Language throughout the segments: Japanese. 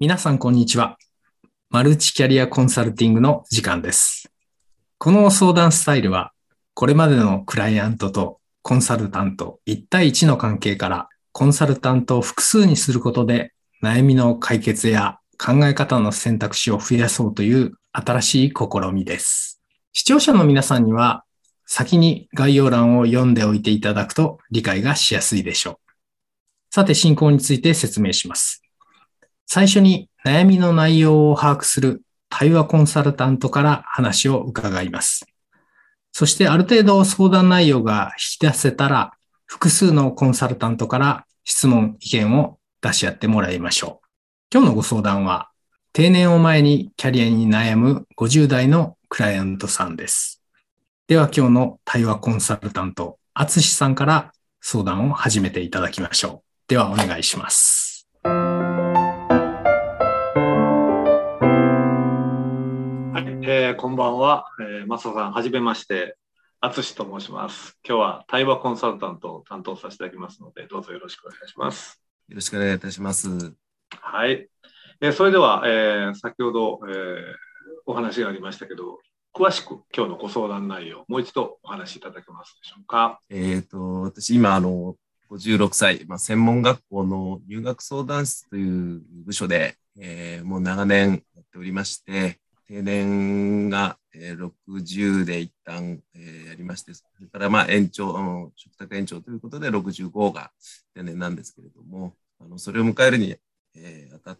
皆さん、こんにちは。マルチキャリアコンサルティングの時間です。この相談スタイルは、これまでのクライアントとコンサルタント1対1の関係から、コンサルタントを複数にすることで、悩みの解決や考え方の選択肢を増やそうという新しい試みです。視聴者の皆さんには、先に概要欄を読んでおいていただくと理解がしやすいでしょう。さて、進行について説明します。最初に悩みの内容を把握する対話コンサルタントから話を伺います。そしてある程度相談内容が引き出せたら、複数のコンサルタントから質問、意見を出し合ってもらいましょう。今日のご相談は、定年を前にキャリアに悩む50代のクライアントさんです。では今日の対話コンサルタント、淳さんから相談を始めていただきましょう。ではお願いします。 こんばんは、マサさん、はじめまして、淳と申します。今日は対話コンサルタントを担当させていただきますので、どうぞよろしくお願いします。 よろしくお願いいたします。 はい。それでは、先ほど、お話がありましたけど、詳しく今日のご相談内容、もう一度お話しいただけますでしょうか。 私、今、56歳、専門学校の入学相談室という部署で、もう長年やっておりまして、定年が、60で一旦、やりまして、それから延長、嘱託延長ということで65が定年なんですけれども、それを迎えるに、あたって、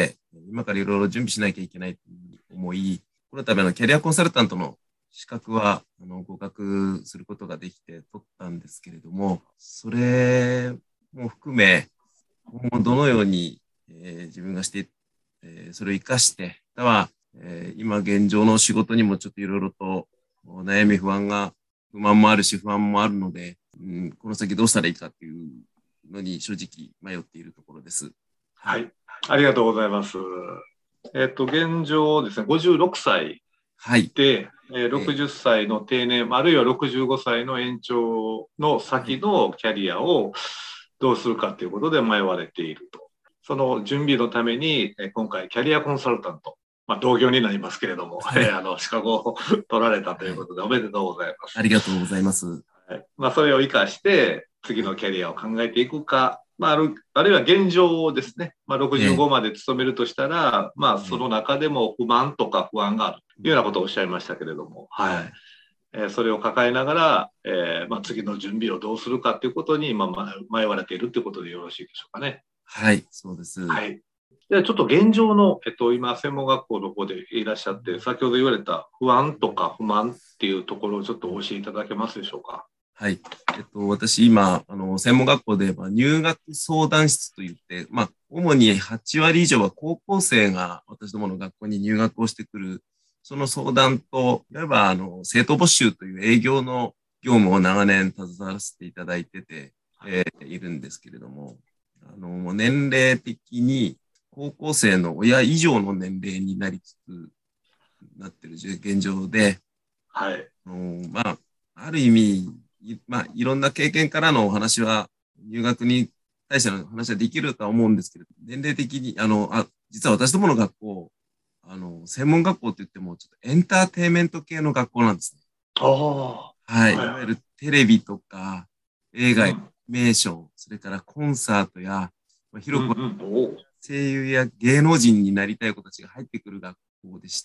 今からいろいろ準備しなきゃいけないと思い、このためのキャリアコンサルタントの資格は合格することができて取ったんですけれども、それも含め、今後どのように、自分がして、それを生かして、または今現状の仕事にもちょっといろいろと悩み不満もあるし不安もあるので、この先どうしたらいいかというのに正直迷っているところです。 はい、ありがとうございます。現状ですね、56歳で、60歳の定年、あるいは65歳の延長の先のキャリアをどうするかということで迷われていると。その準備のために、今回キャリアコンサルタント、同業になりますけれども、資格を取られたということでおめでとうございます。 ありがとうございます。 はい、それを生かして次のキャリアを考えていくか、あるいは現状ですね、65まで勤めるとしたら、その中でも不満とか不安があるというようなことをおっしゃいましたけれども、それを抱えながら、次の準備をどうするかということに今迷われているということでよろしいでしょうかね。 はい、そうです。 はい。ではちょっと現状の、今、専門学校の方でいらっしゃって、先ほど言われた不安とか不満っていうところをちょっとお教えいただけますでしょうか。 はい。私今、専門学校で入学相談室といって、主に8割以上は高校生が私どもの学校に入学をしてくる、その相談と、いわば生徒募集という営業の業務を長年携わらせていただいてて、いるんですけれども、年齢的に高校生の親以上の年齢になりつつなっている現状で、 はい。 ある意味、いろんな経験からのお話は、入学に対しての話はできるとは思うんですけれど、年齢的に、実は私どもの学校、専門学校って言っても、ちょっとエンターテインメント系の学校なんですね。 はい。 いわゆるテレビとか、映画、アニメーション、それからコンサートや、広く声優や芸能人になりたい子たちが入ってくる学校でして、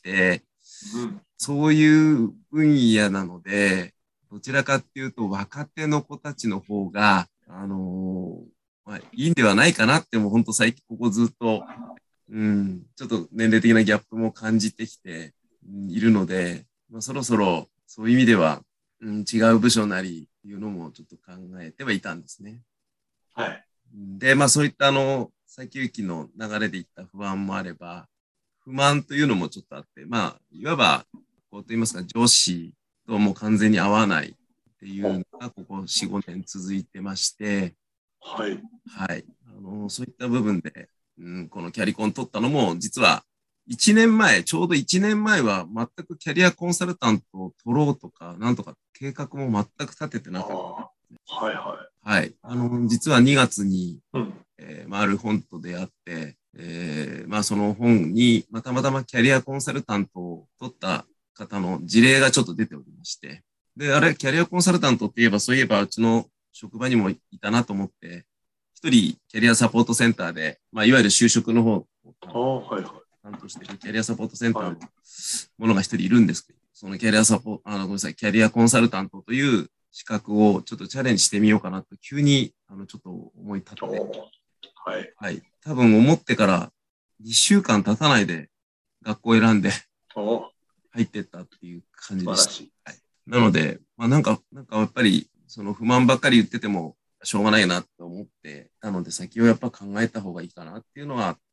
そういう分野なので、どちらかっていうと若手の子たちの方が、いいんではないかなっても本当最近ここずっと、ちょっと年齢的なギャップも感じてきているので、そろそろそういう意味では、違う部署なりっていうのもちょっと考えてはいたんですね。 はい。 で、そういった先行きの流れでいった不安もあれば、不満というのもちょっとあって、いわば、こうと言いますか、上司とも完全に合わないっていうのが、ここ4、5年続いてまして、 はい。 はい。そういった部分で、このキャリコン取ったのも、実は1年前、ちょうど1年前は全くキャリアコンサルタントを取ろうとか、なんとか計画も全く立ててなかった。 はいはい。 はい。実は2月に、ある本と出会って、 まあその本に、まあ、たまたまキャリアコンサルタントを取った方の事例がちょっと出ておりまして、で、あれ、キャリアコンサルタントって言えば、そういえばうちの職場にもいたなと思って、一人キャリアサポートセンターで、まあいわゆる就職の方を担当しているキャリアサポートセンターのものが一人いるんですけど、そのキャリアごめんなさい、キャリアコンサルタントという資格をちょっとチャレンジしてみようかなと、急にちょっと思い立って、 はい。 はい。多分思ってから2週間経たないで学校を選んで入ってったっていう感じでした。はい、なので、まあなんかやっぱりその不満ばっかり言っててもしょうがないなと思って、なので先をやっぱ考えた方がいいかなっていうのがあって、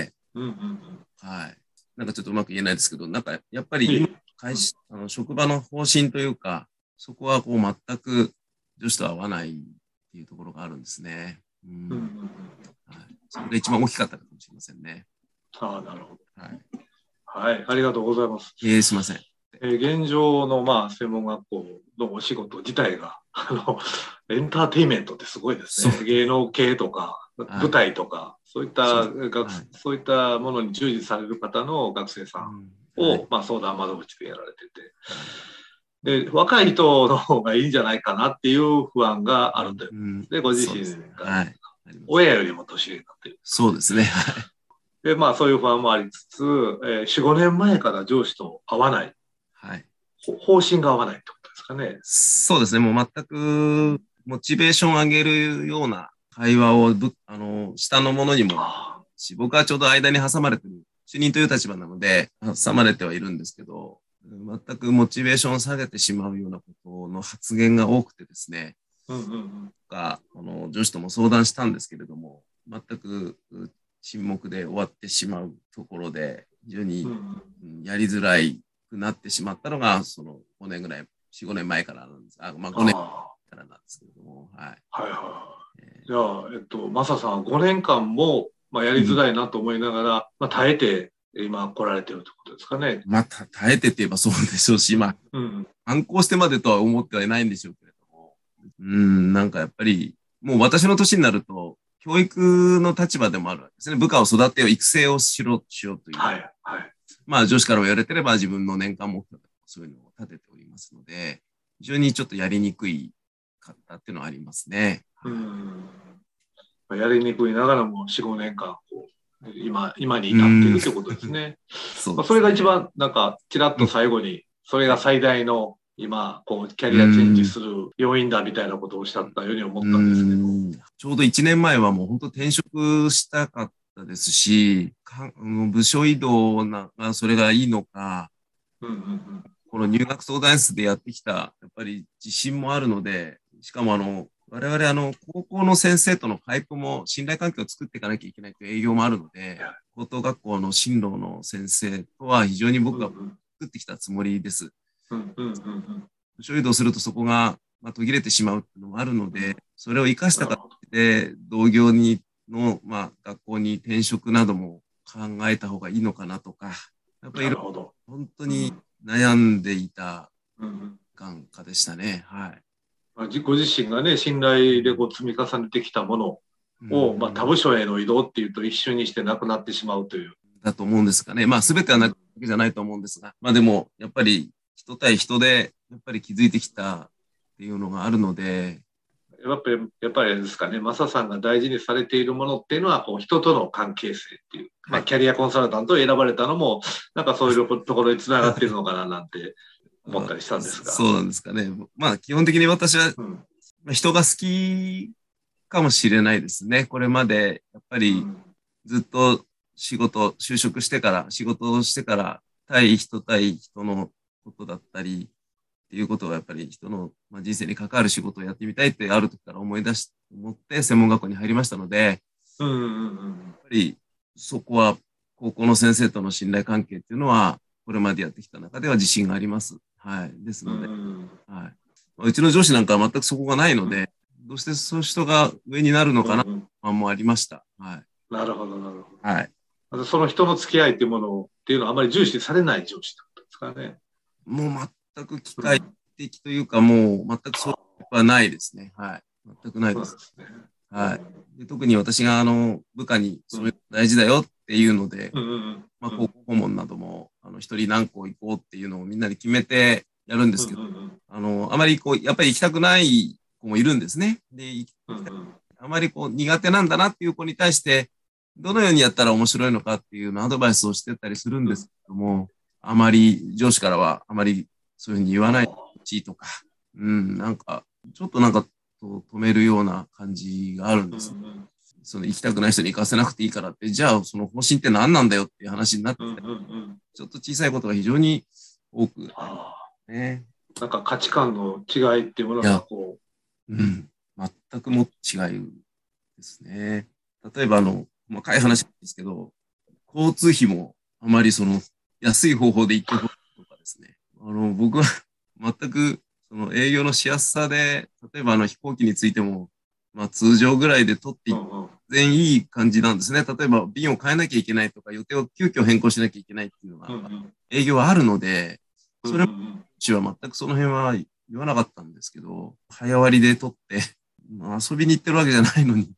はい。なんかちょっとうまく言えないですけど、なんかやっぱり職場の方針というか、そこはこう全く女子と合わないっていうところがあるんですね。はい、それが一番大きかったかもしれませんね。 ああ、なるほど。 はい。 はい、ありがとうございます。 すいません。 現状の専門学校のお仕事自体がエンターテインメントってすごいですね。芸能系とか、舞台とか、そういったものに従事される方の学生さんを、相談窓口でやられてて、で、若い人の方がいいんじゃないかなっていう不安があるという。で、ご自身が親よりも年上になっている。 そうですね。 で、そういう不安もありつつ、4、5年前から上司と会わない。 はい。 方針が合わないってことですかね。 そうですね。もう全くモチベーションを上げるような会話を下の者にもし、僕はちょうど間に挟まれてる主任という立場なので挟まれてはいるんですけど、全くモチベーションを下げてしまうようなことの発言が多くてですね。上司とも相談したんですけれども、全く沈黙で終わってしまうところで、非常にやりづらいくなってしまったのが、その5年ぐらい、4、5年前からなんです。5年からなんですけれども。はい。 はいはい。じゃあ、マサさんは5年間も、やりづらいなと思いながら、耐えて、今来られてるってことですかね。 耐えてって言えばそうでしょうし、反抗してまでとは思ってはいないんでしょうけれども。なんかやっぱり、もう私の年になると、教育の立場でもあるわけですね。部下を育てよう、育成をしようという。 はいはい。 上司からも言われてれば自分の年間目標とかそういうのを立てておりますので、非常にちょっとやりにくいかったっていうのはありますね。 やりにくいながらも4、5年間今に至っているということですね。それが一番ちらっと最後に、それが最大の今キャリアチェンジする要因だみたいなことをおっしゃったように思ったんですけど、 ちょうど1年前はもう本当転職したかったですし、部署移動がそれがいいのか、この入学相談室でやってきたやっぱり自信もあるので、しかも我々高校の先生とのパイプも信頼関係を作っていかなきゃいけないという営業もあるので、高等学校の進路の先生とは非常に僕が作ってきたつもりです。部署移動するとそこが途切れてしまうっていうのもあるので、それを生かした形で同業の学校に転職なども考えた方がいいのかなとか、やっぱり本当に悩んでいた眼科でしたね。はい。 ご自身がね、信頼で積み重ねてきたものを、他部署への移動っていうと一瞬にしてなくなってしまうという。 だと思うんですかね。全てはなくわけじゃないと思うんですが、でも、やっぱり人対人で、やっぱり気づいてきたっていうのがあるので。 やっぱりですかね、マサさんが大事にされているものっていうのは、人との関係性っていう、キャリアコンサルタントを選ばれたのも、そういうところにつながっているのかななんて思ったりしたんですが。 そうなんですかね。基本的に私は、人が好きかもしれないですね。これまで、やっぱりずっと就職してから、仕事をしてから、対人のことだったり、っていうことはやっぱり人の人生に関わる仕事をやってみたいってある時から思って専門学校に入りましたので、やっぱりそこは高校の先生との信頼関係っていうのはこれまでやってきた中では自信があります。はい。ですので、はい。うちの上司なんかは全くそこがないので、どうしてそういう人が上になるのかな不安もありました。はい。 なるほど、なるほど。 はい。 その人の付き合いっていうものっていうのはあまり重視されない上司ってことですかね。 もう全く機械的というか、もう全くそうはないですね。はい。全くないです。はい。で特に私が部下にそれ大事だよってっていうので、 うんうんまあ、高校顧問なども、一人何校行こうっていうのをみんなで決めてやるんですけど、あまりこう、やっぱり行きたくない子もいるんですね。で、あまりこう、苦手なんだなっていう子に対して、どのようにやったら面白いのかっていうのアドバイスをしてたりするんですけども、あまり、上司からはあまりそういうふうに言わない地とか、なんか、ちょっとなんか、止めるような感じがあるんです、ね。その行きたくない人に行かせなくていいからって、じゃあその方針って何なんだよっていう話になって、ちょっと小さいことが非常に多くね。 なんか価値観の違いっていうものがこう、全くも違いですね。例えば細かい話ですけど、交通費もあまりその安い方法で行ってほしいとかですね。僕は全くその営業のしやすさで、例えば飛行機についても、まあ通常ぐらいで取って全然いい感じなんですね。例えば便を変えなきゃいけないとか、予定を急遽変更しなきゃいけないっていうのが、営業はあるので、それは全くその辺は言わなかったんですけど、早割りで取って、遊びに行ってるわけじゃないのに。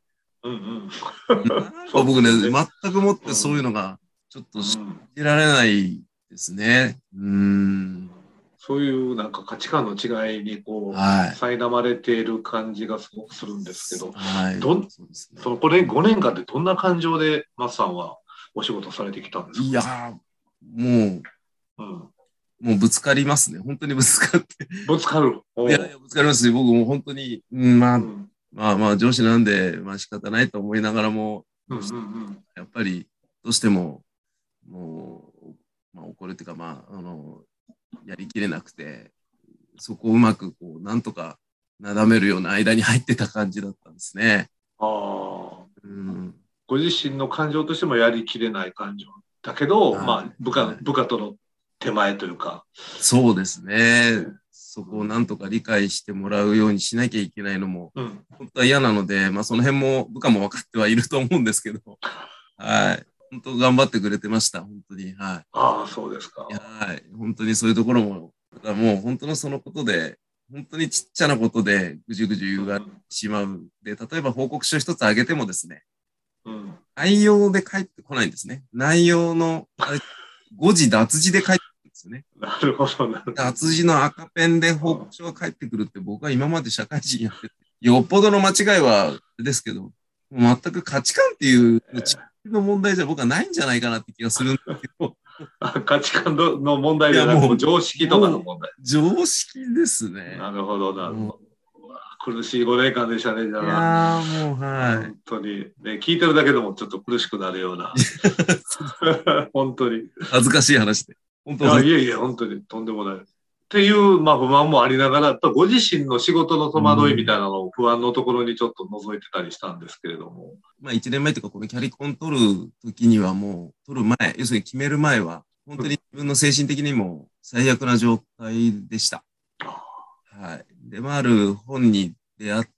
僕ね、全くもってそういうのがちょっと信じられないですね。 そういうなんか価値観の違いにこう、苛まれている感じがすごくするんですけど、そのこれ5年間でどんな感情で松さんはお仕事されてきたんですか？ いやもうぶつかりますね。本当にぶつかって。 ぶつかる。 いやぶつかりますね。僕も本当に、まあ上司なんで、まあ仕方ないと思いながらも、やっぱりどうしても、もう、まあ怒るっていうか、やりきれなくて、そこをうまくこう、なんとかなだめるような間に入ってた感じだったんですね。 ご自身の感情としてもやりきれない感情だけど、部下との手前というか。 そうですね。そこをなんとか理解してもらうようにしなきゃいけないのも、本当は嫌なので、その辺も部下も分かってはいると思うんですけど、本当頑張ってくれてました、本当に。 そうですか。 本当にそういうところも、だからもう本当のそのことで、本当にちっちゃなことでぐじゅぐじゅ言われてしまう。で、例えば報告書一つあげてもですね、内容で返ってこないんですね。内容の、誤字脱字で返ってくるんですよね。 なるほど、なるほど。 脱字の赤ペンで報告書が返ってくるって僕は今まで社会人やってて、よっぽどの間違いはですけど、全く価値観っていうの問題じゃ僕はないんじゃないかなって気がするんだけど。 価値観の問題ではなく、常識とかの問題。 常識ですね。 なるほど、なるほど。苦しい5年間でしたね、じゃあ。いやもう、 本当に、ね、聞いてるだけでもちょっと苦しくなるような。本当に。 恥ずかしい話で。 本当いえ、本当にとんでもない。っていう、不満もありながら、ご自身の仕事の戸惑いみたいなのを不安のところにちょっと覗いてたりしたんですけれども。 1年前というか、このキャリコン取る時にはもう、取る前、要するに決める前は、本当に自分の精神的にも最悪な状態でした。で、ある本に出会って、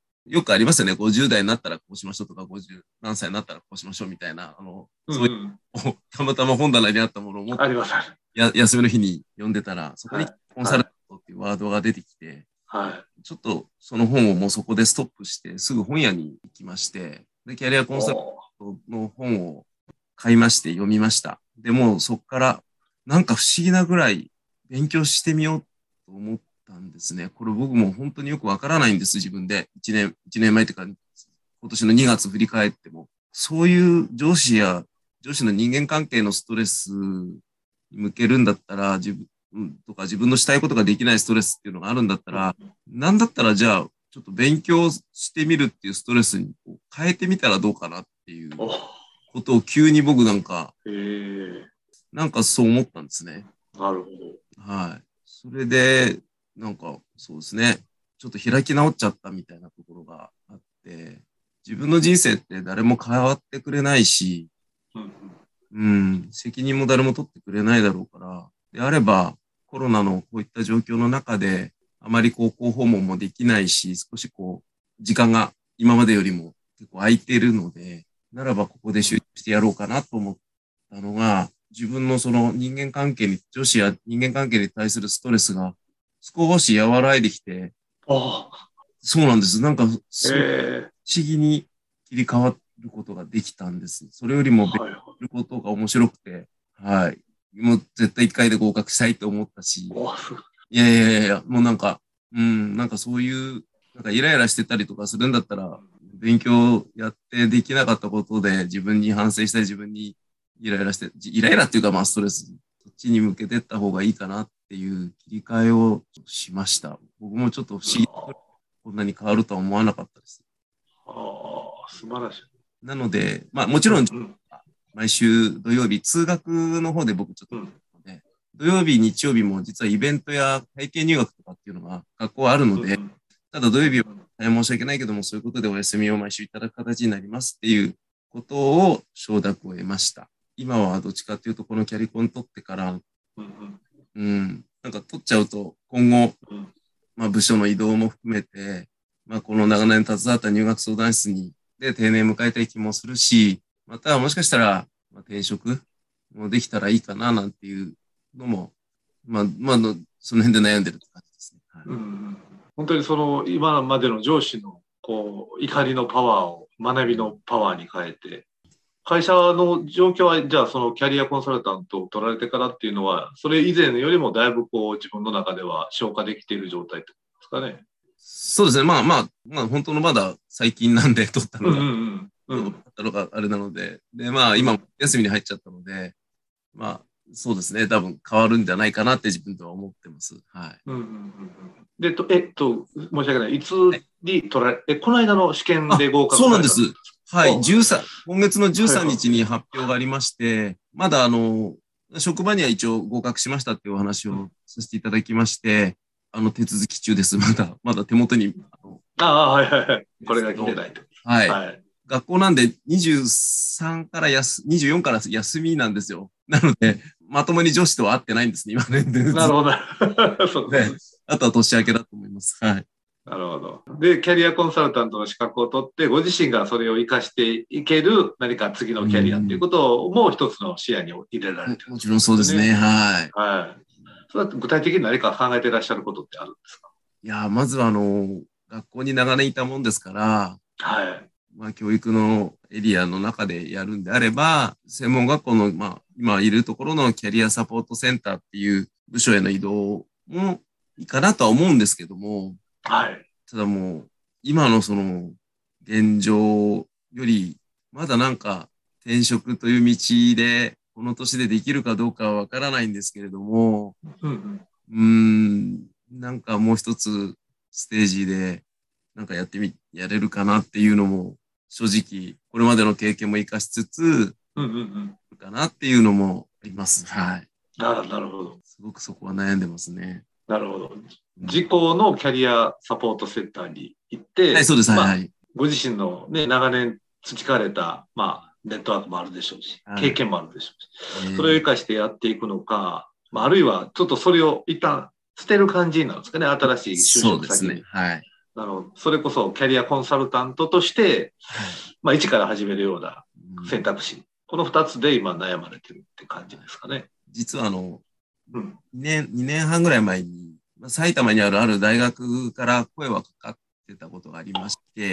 よくありますよね。50代になったらこうしましょうとか、50何歳になったらこうしましょうみたいな、そういう、たまたま本棚にあったものを持って、休みの日に読んでたら、そこにコンサルタントっていうワードが出てきて、ちょっとその本をもうそこでストップして、すぐ本屋に行きまして、で、キャリアコンサルタントの本を買いまして読みました。でもそこからなんか不思議なぐらい勉強してみようと思ったんですね。これ僕も本当によくわからないんです、自分で。1年前というか、今年の2月振り返っても。そういう上司の人間関係のストレスに向けるんだったら、自分のしたいことができないストレスっていうのがあるんだったら、なんだったらじゃあ、ちょっと勉強してみるっていうストレスに変えてみたらどうかなっていうことを急に僕なんかそう思ったんですね。 なるほど。 それで、そうですね。ちょっと開き直っちゃったみたいなところがあって、自分の人生って誰も変わってくれないし、責任も誰も取ってくれないだろうから、であればコロナのこういった状況の中で、あまり広報訪問もできないし、少し時間が今までよりも結構空いているので、ならばここで集中してやろうかなと思ったのが、自分のその女子や人間関係に対するストレスが少し和らいできて、そうなんです。不思議に切り替わっることができたんです。それよりも勉強することが面白くて、はい。もう絶対1回で合格したいと思ったし、いや、もうなんかそういう、なんかイライラしてたりとかするんだったら、勉強やってできなかったことで自分に反省したり自分にイライラっていうかまあストレス、そっちに向けていった方がいいかなっていう切り替えをしました。僕もちょっと不思議とこんなに変わるとは思わなかったです。 素晴らしい。 なので、まあもちろん、毎週土曜日、通学の方で僕ちょっと、土曜日、日曜日も実はイベントや体験入学とかっていうのが学校はあるので、ただ土曜日は大変申し訳ないけども、そういうことでお休みを毎週いただく形になりますっていうことを承諾を得ました。今はどっちかというと、このキャリコン取ってから、なんか取っちゃうと、今後、まあ部署の移動も含めて、まあこの長年携わった入学相談室で定年迎えたい気もするし、またもしかしたら、転職もできたらいいかななんていうのも、その辺で悩んでるって感じですね。はい、 本当にその今までの上司のこう怒りのパワーを学びのパワーに変えて、会社の状況はじゃあそのキャリアコンサルタントを取られてからっていうのは、それ以前よりもだいぶこう自分の中では消化できている状態ってことですかね。 そうですね。まあ本当のまだ最近なんで取ったのが、あれなので、でまあ今休みに入っちゃったので、まあそうですね。多分変わるんじゃないかなって自分とは思ってます。はい。 で、申し訳ない。いつに取られ、この間の試験で合格そうなんです。はい。今月の13日に発表がありまして、まだ職場には一応合格しましたっていうお話をさせていただきまして、手続き中です。まだ手元に。 これが来てないと。 はい。学校なんで24から休みなんですよ。なので、まともに上司とは会ってないんですね、今ね。 なるほど。 そうですね。あとは年明けだと思います。はい。 なるほど。で、キャリアコンサルタントの資格を取って、ご自身がそれを活かしていける何か次のキャリアっていうことも一つの視野に入れられてる、 もちろんそうですね。はい。 はい。それは具体的に何か考えていらっしゃることってあるんですか？ いや、まずは学校に長年いたもんですから、 はい。 教育のエリアの中でやるんであれば、専門学校の、今いるところのキャリアサポートセンターっていう部署への移動もいいかなとは思うんですけども、 はい。 ただもう、今のその現状より、まだなんか転職という道で、この年でできるかどうかはわからないんですけれども、なんかもう一つステージで、なんかやれるかなっていうのも、正直、これまでの経験も活かしつつ、かなっていうのもあります。はい。 なるほど。 すごくそこは悩んでますね。 なるほど。自校のキャリアサポートセンターに行って、 はい、そうです。はい。 ご自身のね、長年培われた、ネットワークもあるでしょうし、経験もあるでしょうし、それを生かしてやっていくのか、あるいはちょっとそれを一旦捨てる感じになるんですかね、新しい就職先に。 そうですね。はい。 なるほど。それこそキャリアコンサルタントとして、一から始めるような選択肢。この2つで今悩まれてるって感じですかね。 実は2年半ぐらい前に、埼玉にある大学から声はかかってたことがありまして、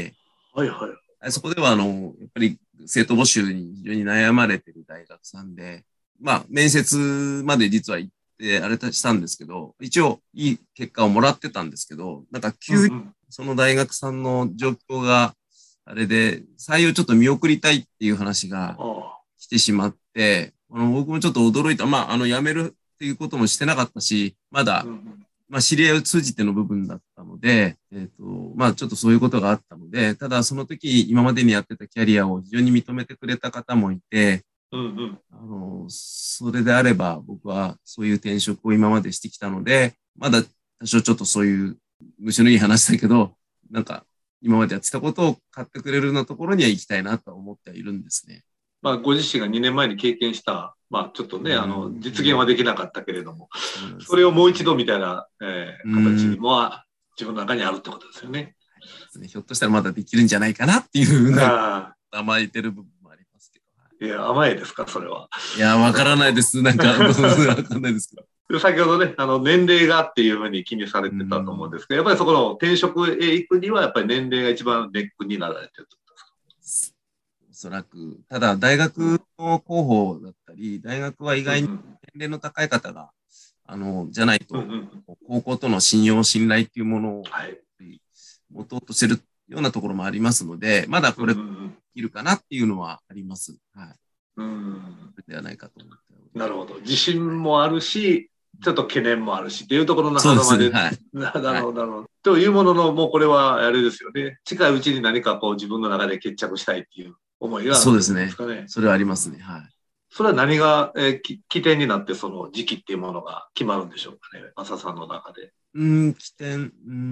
そこではやっぱり生徒募集に非常に悩まれてる大学さんで、面接まで実は行ってあれしたんですけど、一応いい結果をもらってたんですけど、なんか急にその大学さんの状況があれで採用ちょっと見送りたいっていう話が来てしまって、僕もちょっと驚いた。辞めるっていうこともしてなかったし、まだ、知り合いを通じての部分だったので、ちょっとそういうことがあったので、ただその時、今までにやってたキャリアを非常に認めてくれた方もいて、それであれば僕はそういう転職を今までしてきたので、まだ多少ちょっとそういう虫のいい話だけど、なんか今までやってたことを買ってくれるようなところには行きたいなと思ってはいるんですね。 ご自身が2年前に経験した、ちょっとね、実現はできなかったけれども、それをもう一度みたいな、形も自分の中にあるってことですよね。 ひょっとしたらまだできるんじゃないかなっていう甘えてる部分もありますけど。いや、甘えですか、それは。 いや、わからないです。なんか、わかんないですけど。 先ほどね、年齢がっていうふうに気にされてたと思うんですけど、やっぱりそこの転職へ行くには、やっぱり年齢が一番ネックになられてるってことですか？ そらく。ただ、大学の広報だったり、大学は意外に年齢の高い方が、じゃないと、高校との信用、信頼っていうものを持とうとしてるようなところもありますので、まだこれ、できるかなっていうのはあります。はい。ではないかと思って。 なるほど。自信もあるし、ちょっと懸念もあるしっていうところの幅まで。はい。なるほど、なるほど。というものの、もうこれはあれですよね。近いうちに何かこう自分の中で決着したいっていう思いがあるんですかね。 そうですね。それはありますね。はい。 それは何が、起点になってその時期っていうものが決まるんでしょうかね。浅さんの中で。 起点、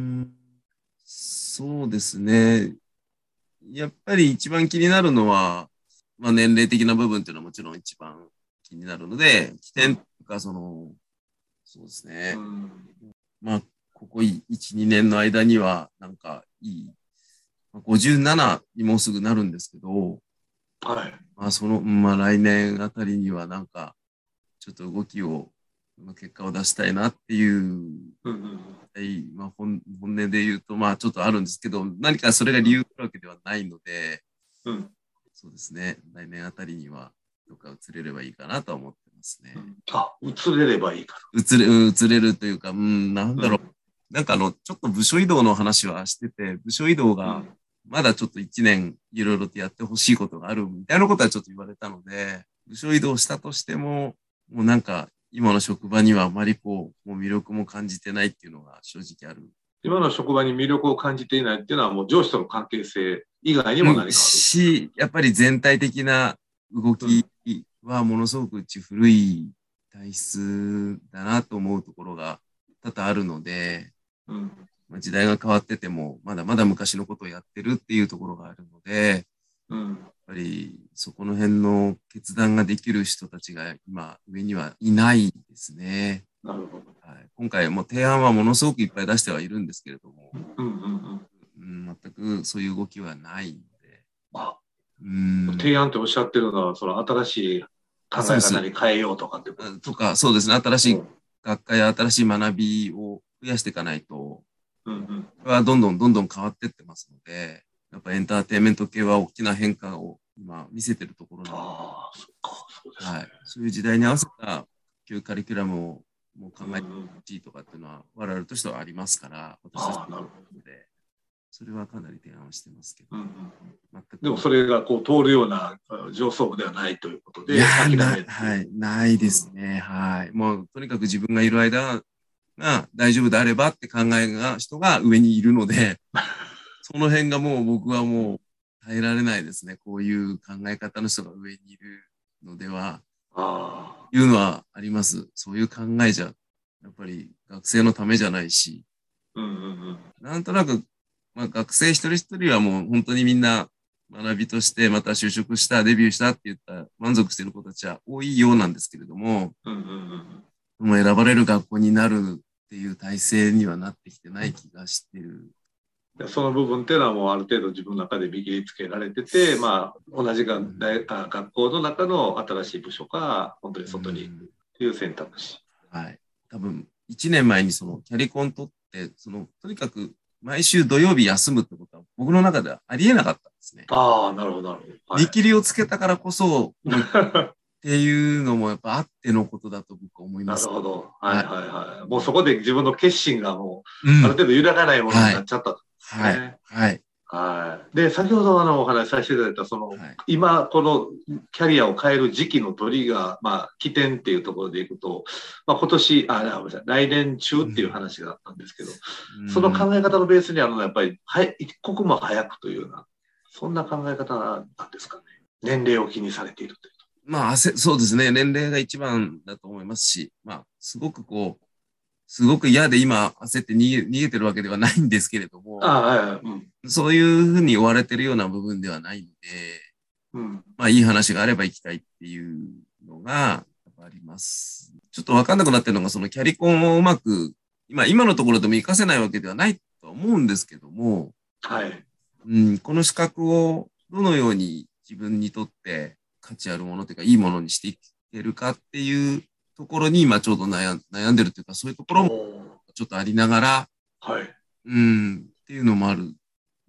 そうですね。やっぱり一番気になるのは、まあ年齢的な部分っていうのはもちろん一番気になるので、起点とかそうですね。まあ、ここ1、2年の間には、なんかいい、57にもうすぐなるんですけど、 はい。 まあまあ来年あたりにはなんか、ちょっと動きを、結果を出したいなっていう、まあ本音で言うと、まあちょっとあるんですけど、何かそれが理由があるわけではないので、そうですね、来年あたりには、どっか移れればいいかなと思ってますね。 移れればいいかな。移れるというか、なんだろう。なんかちょっと部署移動の話はしてて、部署移動が、まだちょっと1年いろいろとやってほしいことがあるみたいなことはちょっと言われたので、部署移動したとしても、もうなんか今の職場にはあまりもう魅力も感じてないっていうのが正直ある。 今の職場に魅力を感じていないっていうのはもう上司との関係性以外にも何かあるし、やっぱり全体的な動きはものすごくうち古い体質だなと思うところが多々あるので、時代が変わってても、まだまだ昔のことをやってるっていうところがあるので、やっぱりそこの辺の決断ができる人たちが今上にはいないですね。 なるほど。 はい、今回も提案はものすごくいっぱい出してはいるんですけれども、全くそういう動きはないので。 提案っておっしゃってるのは、その新しい考え方に変えようとかってこととか、そうですね。新しい学科や新しい学びを増やしていかないと、はどんどん変わっていってますので、やっぱエンターテインメント系は大きな変化を今見せてるところなので、はい、そういう時代に合わせた教育カリキュラムをもう考えてほしいとかっていうのは我々としてはありますから、私たちので、それはかなり提案してますけど。 でもそれがこう通るような上層部ではないということで、 ないですね。はい。もうとにかく自分がいる間が大丈夫であればって考えが人が上にいるので、その辺がもう僕はもう耐えられないですね。こういう考え方の人が上にいるのでは、いうのはあります。そういう考えじゃ、やっぱり学生のためじゃないし、なんとなく、まあ、学生一人一人はもう本当にみんな学びとしてまた就職した、デビューしたって言った満足している子たちは多いようなんですけれども、もう選ばれる学校になるっていう体制にはなってきてない気がしてる。 その部分っていうのはもうある程度自分の中で見切りつけられてて、まあ、同じ学校の中の新しい部署か、本当に外に行くっていう選択肢。 はい。多分、1年前にそのキャリコン取って、とにかく毎週土曜日休むってことは僕の中ではありえなかったんですね。 なるほど、なるほど。 見切りをつけたからこそ、っていうのもやっぱあってのことだと僕は思います。 なるほど。はい。もうそこで自分の決心がもう、ある程度揺らがないものになっちゃったんですね。はい。で、先ほどお話しさせていただいた、今、このキャリアを変える時期のトリガー、まあ、起点っていうところでいくと、まあ、来年中っていう話があったんですけど、その考え方のベースにあるのは、やっぱり、一刻も早くというような、そんな考え方なんですかね。年齢を気にされているという。 まあ、そうですね。年齢が一番だと思いますし、まあ、すごく嫌で今焦って逃げてるわけではないんですけれども、そういうふうに追われてるような部分ではないので、まあいい話があれば行きたいっていうのがあります。ちょっとわかんなくなってるのが、そのキャリコンをうまく、今のところでも活かせないわけではないと思うんですけども、この資格をどのように自分にとって価値あるものというかいいものにしていけるかっていうところに今ちょうど悩んでるというか、そういうところもちょっとありながら、っていうのもある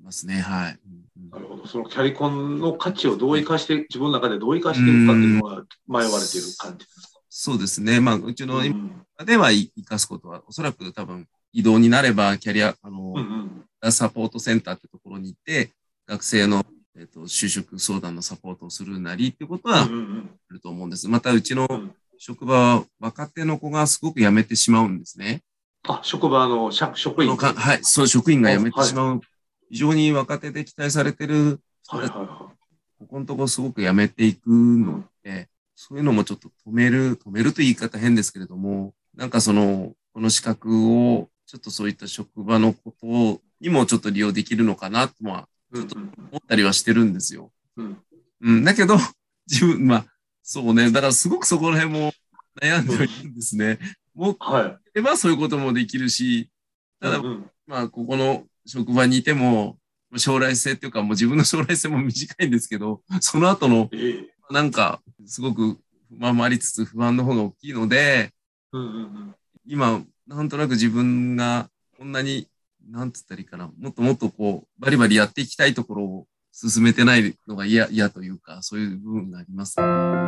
ますね。はい。 なるほど。そのキャリコンの価値をどう生かして、自分の中でどう生かしていくかっていうのは迷われている感じですか？ そうですね。まあ、うちの今では生かすことは、おそらく多分、移動になれば、キャリア、サポートセンターってところに行って、学生の、就職相談のサポートをするなりっていうことは、あると思うんです。また、うちの職場は若手の子がすごく辞めてしまうんですね。 あ、職場の職員はい、そう、職員が辞めてしまう。非常に若手で期待されてる人たち、ここのところすごく辞めていくので、そういうのもちょっと止めるという言い方変ですけれども、なんかこの資格を、ちょっとそういった職場のことにもちょっと利用できるのかなとは、ちょっと思ったりはしてるんですよ。だけど、自分、まあ、そうね、だからすごくそこら辺も悩んではいるんですね。もう、そういうこともできるし、ただ、まあ、ここの職場にいても、将来性っていうか、もう自分の将来性も短いんですけど、その後の、なんか、すごく不安もありつつ不安の方が大きいので、今、なんとなく自分がこんなに、なんつったらいいかな、もっともっとバリバリやっていきたいところを進めてないのが嫌というか、そういう部分があります。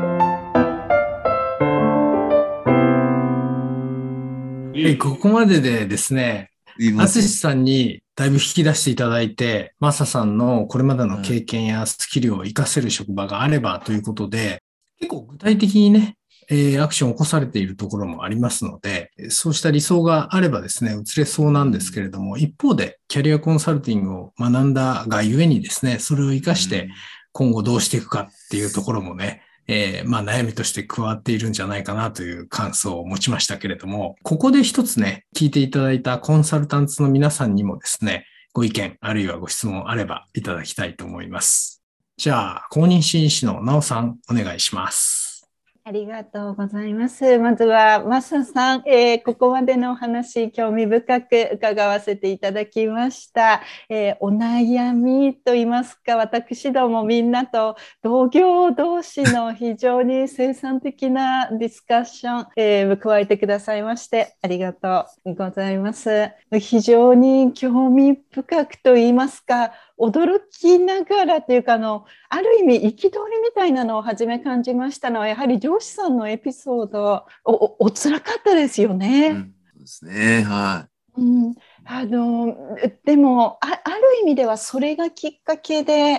ここまででですね、淳さんにだいぶ引き出していただいて、マサさんのこれまでの経験やスキルを活かせる職場があればということで、結構具体的にね、アクションを起こされているところもありますので、そうした理想があればですね、移れそうなんですけれども、一方でキャリアコンサルティングを学んだがゆえにですね、それを活かして今後どうしていくかっていうところもね、まあ悩みとして加わっているんじゃないかなという感想を持ちましたけれども、ここで一つね、聞いていただいたコンサルタンツの皆さんにもですね、ご意見あるいはご質問あればいただきたいと思います。じゃあ、公認心理師のなおさん、お願いします。 ありがとうございます。まずは、マサさん、ここまでのお話、興味深く伺わせていただきました。お悩みといいますか、私どもみんなと同業同士の非常に生産的なディスカッション、加えてくださいまして、ありがとうございます。非常に興味深くといいますか、驚きながらというかある意味憤りみたいなのを初め感じましたのは、やはり上司さんのエピソードお辛かったですよね。 そうですね、はい。 でもある意味ではそれがきっかけで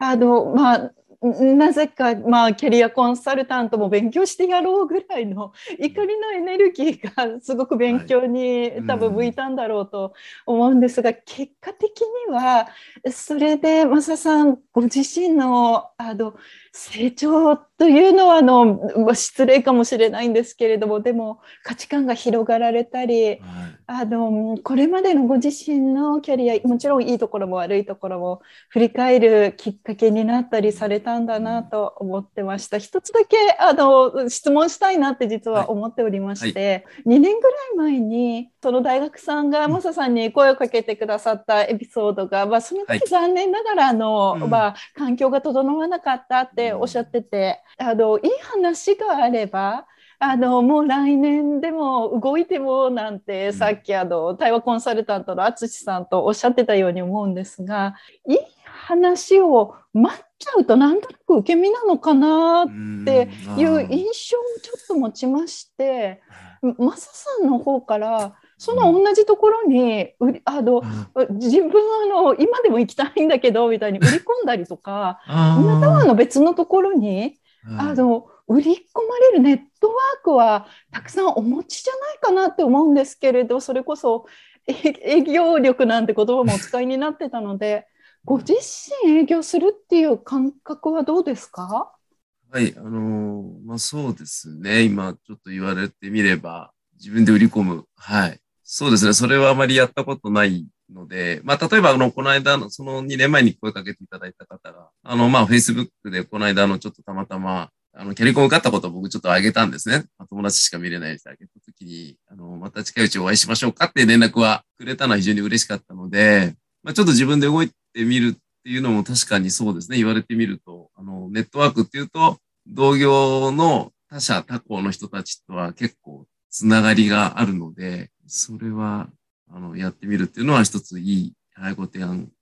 なぜか、キャリアコンサルタントも勉強してやろうぐらいの怒りのエネルギーがすごく勉強に多分向いたんだろうと思うんですが、結果的にはそれでマサさんご自身の成長というのは失礼かもしれないんですけれども、でも価値観が広がられたり、これまでのご自身のキャリア、もちろんいいところも悪いところも振り返るきっかけになったりされたんだなと思ってました。一つだけ質問したいなって実は思っておりまして、2年ぐらい前にその大学さんがマサさんに声をかけてくださったエピソードが、その時残念ながら環境が整わなかったっておっしゃってて、いい話があればもう来年でも動いてもなんて、さっき対話コンサルタントの淳さんとおっしゃってたように思うんですが、いい話を待っちゃうとなんとなく受け身なのかなっていう印象をちょっと持ちまして、マサさんの方からその同じところに自分今でも行きたいんだけどみたいに売り込んだりとか、または別のところに売り込まれるネットワークはたくさんお持ちじゃないかなって思うんですけれど、それこそ営業力なんて言葉もお使いになってたので、ご自身営業するっていう感覚はどうですか？ はい、そうですね。今ちょっと言われてみれば、自分で売り込む。はい。そうですね。それはあまりやったことないので、例えばこの間の、その2年前に声かけていただいた方が、Facebook でこの間ちょっとたまたま、キャリコン受かったことを僕ちょっと上げたんですね。友達しか見れない人あげたときに、また近いうちお会いしましょうかって連絡はくれたのは非常に嬉しかったので、ちょっと自分で動いてみるっていうのも確かにそうですね。言われてみると、ネットワークっていうと、同業の他校の人たちとは結構つながりがあるので、それは、やってみるっていうのは一ついいご提案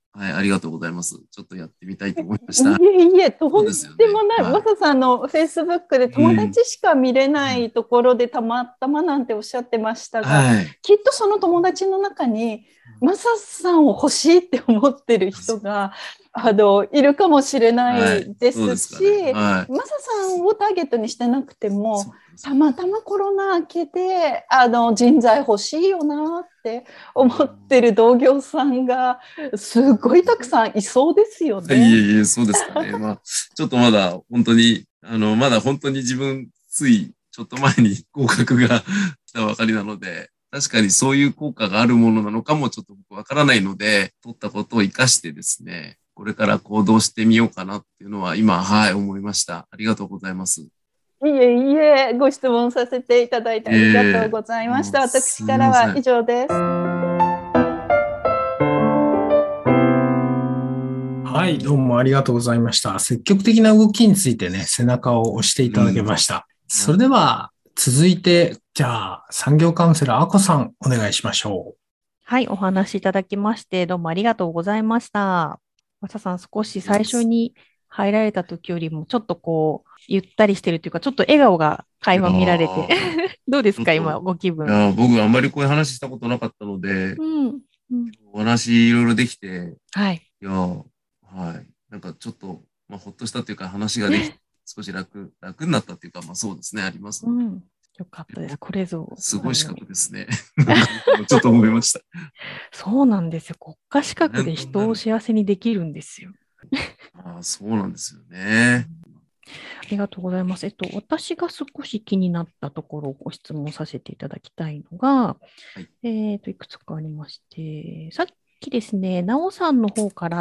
はい、ありがとうございます。ちょっとやってみたいと思いました。 いえいえ、とんでもない。 はい、 マサさんのフェイスブックで友達しか見れないところでたまたまなんておっしゃってましたが、 はい、 きっとその友達の中にマサさんを欲しいって思ってる人がいるかもしれないですし、マサさんをターゲットにしてなくても、たまたまコロナ明けて人材欲しいよなって思ってる同業さんがすごいたくさんいそうですよね。 いえ、そうですかね。まあ、ちょっとまだ本当に、まだ本当に自分、ついちょっと前に合格が来たばかりなので、確かにそういう効果があるものなのかもちょっと僕わからないので、取ったことを活かしてですね、これから行動してみようかなっていうのは今、はい、思いました。ありがとうございます。 いえいえ、ご質問させていただいてありがとうございました。私からは以上です。 はい、どうもありがとうございました。積極的な動きについてね、背中を押していただけました。それでは、続いて、じゃあ、産業カウンセラー、あこさん、お願いしましょう。 はい、お話しいただきまして、どうもありがとうございました。マサさん、少し最初に入られた時よりも、ちょっとこう、ゆったりしてるというか、ちょっと笑顔が垣間見られて、どうですか、今、ご気分。 いや、僕、あんまりこういう話したことなかったので、お話いろいろできて、 はい。 いや、はい。なんかちょっと、まあ、ほっとしたというか、話ができて、少し楽になったっていうか、まあそうですね、あります、ね。 よかったです。これぞ。 すごい資格ですね。ちょっと思いました。 そうなんですよ。国家資格で人を幸せにできるんですよ。 そうなんですよね。 ありがとうございます。私が少し気になったところをご質問させていただきたいのが、いくつかありまして、さっきですね、なおさんの方から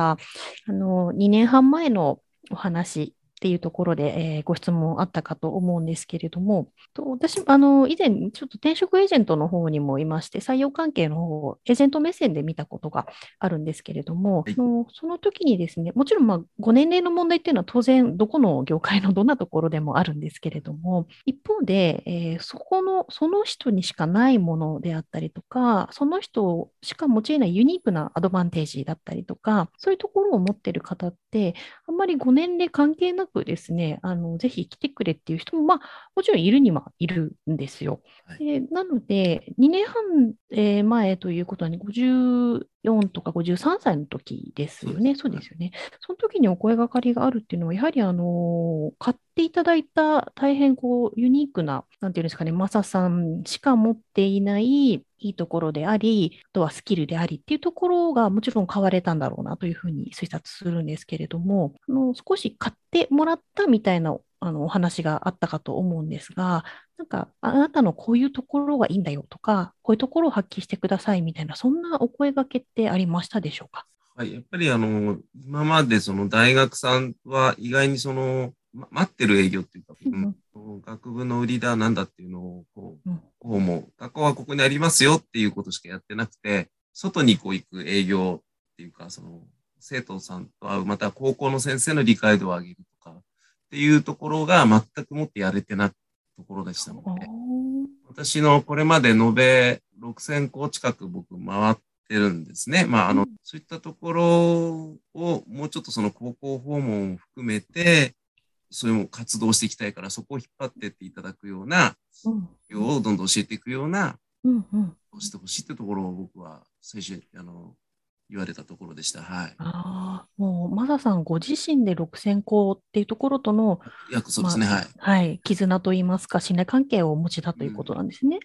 、2年半前のお話っていうところで、ご質問あったかと思うんですけれども、私、以前、ちょっと転職エージェントの方にもいまして、採用関係の方をエージェント目線で見たことがあるんですけれども、その時にですね、もちろん、ご年齢の問題っていうのは当然、どこの業界のどんなところでもあるんですけれども、一方で、その人にしかないものであったりとか、その人しか用いないユニークなアドバンテージだったりとか、そういうところを持っている方って、あんまりご年齢関係なくですね、ぜひ来てくれっていう人も、もちろんいるにはいるんですよ。なので、2年半、前ということは、ね、54とか53歳の時ですよね。そうですよね。その時にお声がかりがあるっていうのは、やはり買っていただいた大変ユニークな、なんていうんですかね、マサさんしか持っていないいいところであり、あとはスキルでありっていうところがもちろん買われたんだろうなというふうに推察するんですけれども、少し買ってもらったみたいなお話があったかと思うんですが、なんかあなたのこういうところがいいんだよとか、こういうところを発揮してくださいみたいな、そんなお声掛けってありましたでしょうか？ はい、やっぱり今までその大学さんは意外に待ってる営業っていうか、学部の売りだなんだっていうのを学校はここにありますよっていうことしかやってなくて、外に行く営業っていうか、生徒さんと会う、また高校の先生の理解度を上げるとかっていうところが全くもってやれてないところでしたので、私のこれまで延べ6000校近く僕回ってるんですね。そういったところをもうちょっと高校訪問を含めて、そういう活動していきたいから、そこを引っ張ってっていただくような、をどんどん教えていくような、してほしいってところを僕は最初言われたところでした。はい。 もうマサさんご自身で6000校っていうところとのそうですね、 はい、絆といいますか信頼関係をお持ちだということなんですね。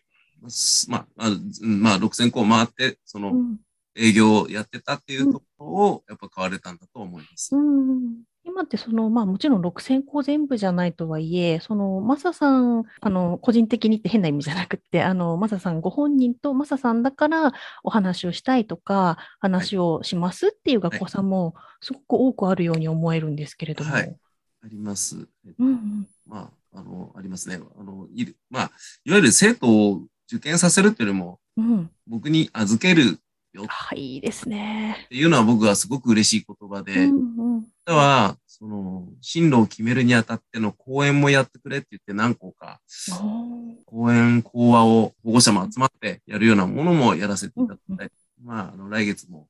6000校回って営業をやってたっていうところをやっぱ買われたんだと思います。 今ってもちろん6000校全部じゃないとはいえ、マサさん、個人的にって変な意味じゃなくて、マサさんご本人とマサさんだからお話をしたいとか、話をしますっていう学校さんもすごく多くあるように思えるんですけれども。 あります。ありますね。いわゆる生徒を受験させるっていうよりも、僕に預けるよ。 いいですね。 っていうのは僕はすごく嬉しい言葉で、あとは、進路を決めるにあたっての講演もやってくれって言って何校か、講演、講話を保護者も集まってやるようなものもやらせていただいて、来月も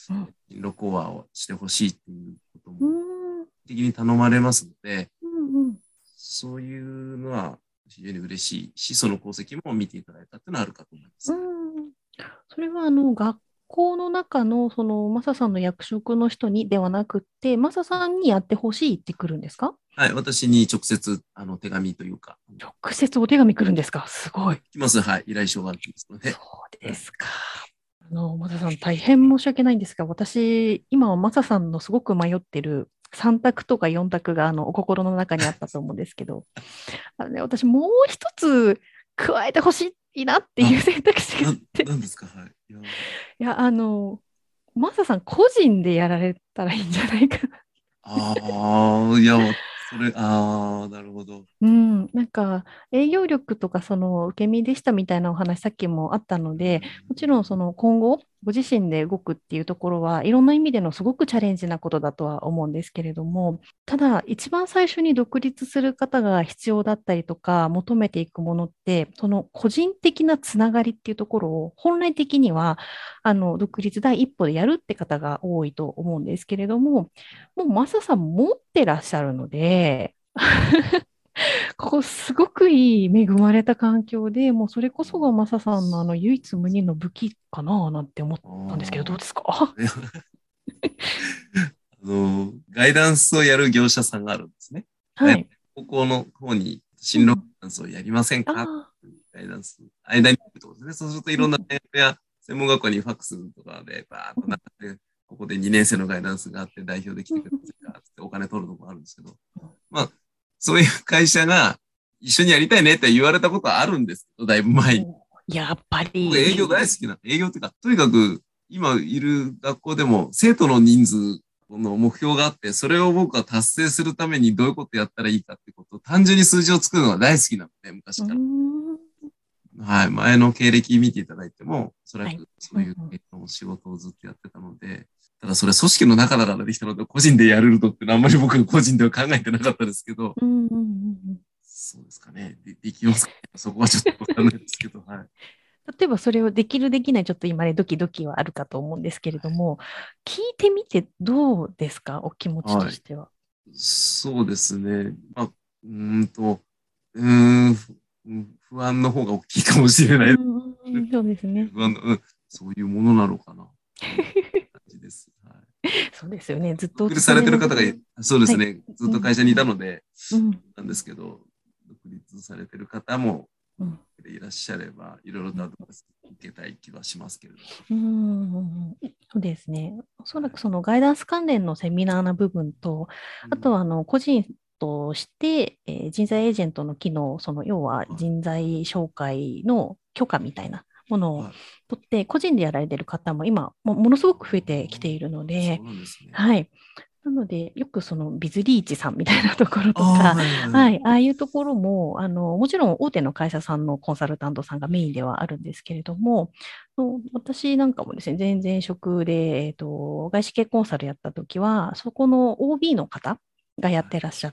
進路講話をしてほしいっていうことも的に頼まれますので、そういうのは非常に嬉しいし、その功績も見ていただいたっていうのはあるかと思います。 それは学校の中のマサさんの役職の人にではなくて、マサさんにやってほしいってくるんですか？ はい、私に直接手紙というか。 直接お手紙来るんですか？すごい。 来ます。はい、依頼書があるんですので。 そうですか。マサさん、大変申し訳ないんですが、私、今はマサさんのすごく迷ってる3択とか4択がお心の中にあったと思うんですけど、私、もう一つ加えてほしいなっていう選択肢があって。 何ですか？はい。 いや、マサさん、個人でやられたらいいんじゃないかな。 いや、なるほど。 なんか営業力とか受け身でしたみたいなお話さっきもあったので、もちろん今後ご自身で動くっていうところはいろんな意味でのすごくチャレンジなことだとは思うんですけれども、ただ一番最初に独立する方が必要だったりとか求めていくものって、その個人的なつながりっていうところを本来的には独立第一歩でやるって方が多いと思うんですけれども、もうマサさん持ってらっしゃるのでここすごくいい恵まれた環境で、もうそれこそがマサさんの唯一無二の武器かななんて思ったんですけど、どうですか？ ガイダンスをやる業者さんがあるんですね。 はい。 高校の方に進路ガイダンスをやりませんか？ガイダンス、間に行くとですね。そうするといろんな大学や専門学校にファックスとかでバーッとなって、ここで2年生のガイダンスがあって代表で来てくださいかってお金取るとこあるんですけど、まあ、そういう会社が一緒にやりたいねって言われたことはあるんですけど、だいぶ前に。 やっぱり。 僕営業大好きな、営業っていうか、とにかく今いる学校でも生徒の人数の目標があって、それを僕は達成するためにどういうことやったらいいかってことを単純に数字を作るのが大好きなので、昔から。はい。前の経歴見ていただいても、おそらくそういう仕事をずっとやってたので、ただそれは組織の中だからできたので、個人でやれるとってあんまり僕個人では考えてなかったですけど、そうですかね。できますかね。そこはちょっとわかんないですけど、はい。 例えばそれをできるできないちょっと今ねドキドキはあるかと思うんですけれども、聞いてみてどうですか、お気持ちとしては。はい、 そうですね。まあ、不安の方が大きいかもしれない。 そうですね。 そういうものなのかな。感じです。はい、 そうですよね。ずっと。 独立されてる方が、そうですね。はい、ずっと会社にいたので、なんですけど、独立されてる方もいらっしゃれば、いろいろとアドバイス受けたい気はしますけれども。 そうですね。おそらくそのガイダンス関連のセミナーの部分と、あとは個人として、人材エージェントの機能、要は人材紹介の許可みたいなものを取って、個人でやられている方も今、ものすごく増えてきているので、はい。なので、よくビズリーチさんみたいなところとか、はい、ああいうところも、もちろん大手の会社さんのコンサルタントさんがメインではあるんですけれども、私なんかもですね、前職で、外資系コンサルやったときは、そこの OB の方がやってらっしゃって、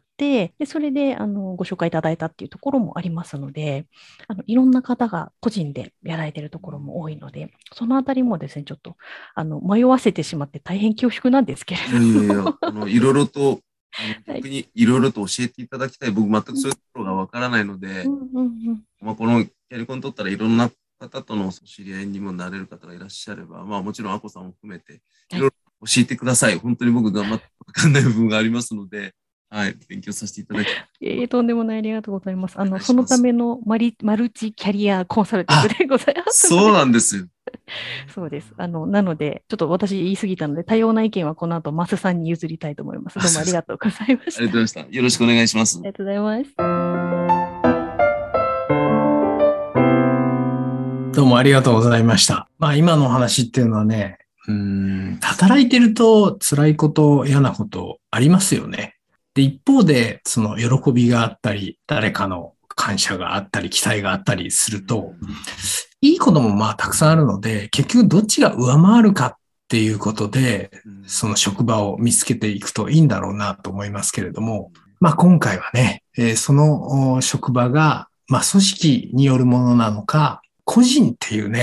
でそれでご紹介いただいたっていうところもありますので、いろんな方が個人でやられているところも多いので、そのあたりもですね、ちょっと迷わせてしまって大変恐縮なんですけれども。いろいろと、逆にいろいろと教えていただきたい。僕全くそういうところがわからないので、このキャリコン取ったらいろんな方との知り合いにもなれる方がいらっしゃれば、もちろんアコさんを含めて、いろいろ教えてください。本当に僕が全くわかんない部分がありますので、はい、勉強させていただきとんでもない、ありがとうございます。そのためのマルチキャリアコンサルティングでございます。 そうなんですよ。 そうです。なので、ちょっと私言い過ぎたので、多様な意見はこの後、マスさんに譲りたいと思います。どうもありがとうございました。 ありがとうございました。よろしくお願いします。 ありがとうございます。 どうもありがとうございました。今のお話っていうのはね、働いてると辛いこと、嫌なことありますよね。で、一方で、その喜びがあったり、誰かの感謝があったり、期待があったりすると、いいこともたくさんあるので、結局どっちが上回るかっていうことで、その職場を見つけていくといいんだろうなと思いますけれども、今回はね、その職場が、組織によるものなのか、個人っていうね、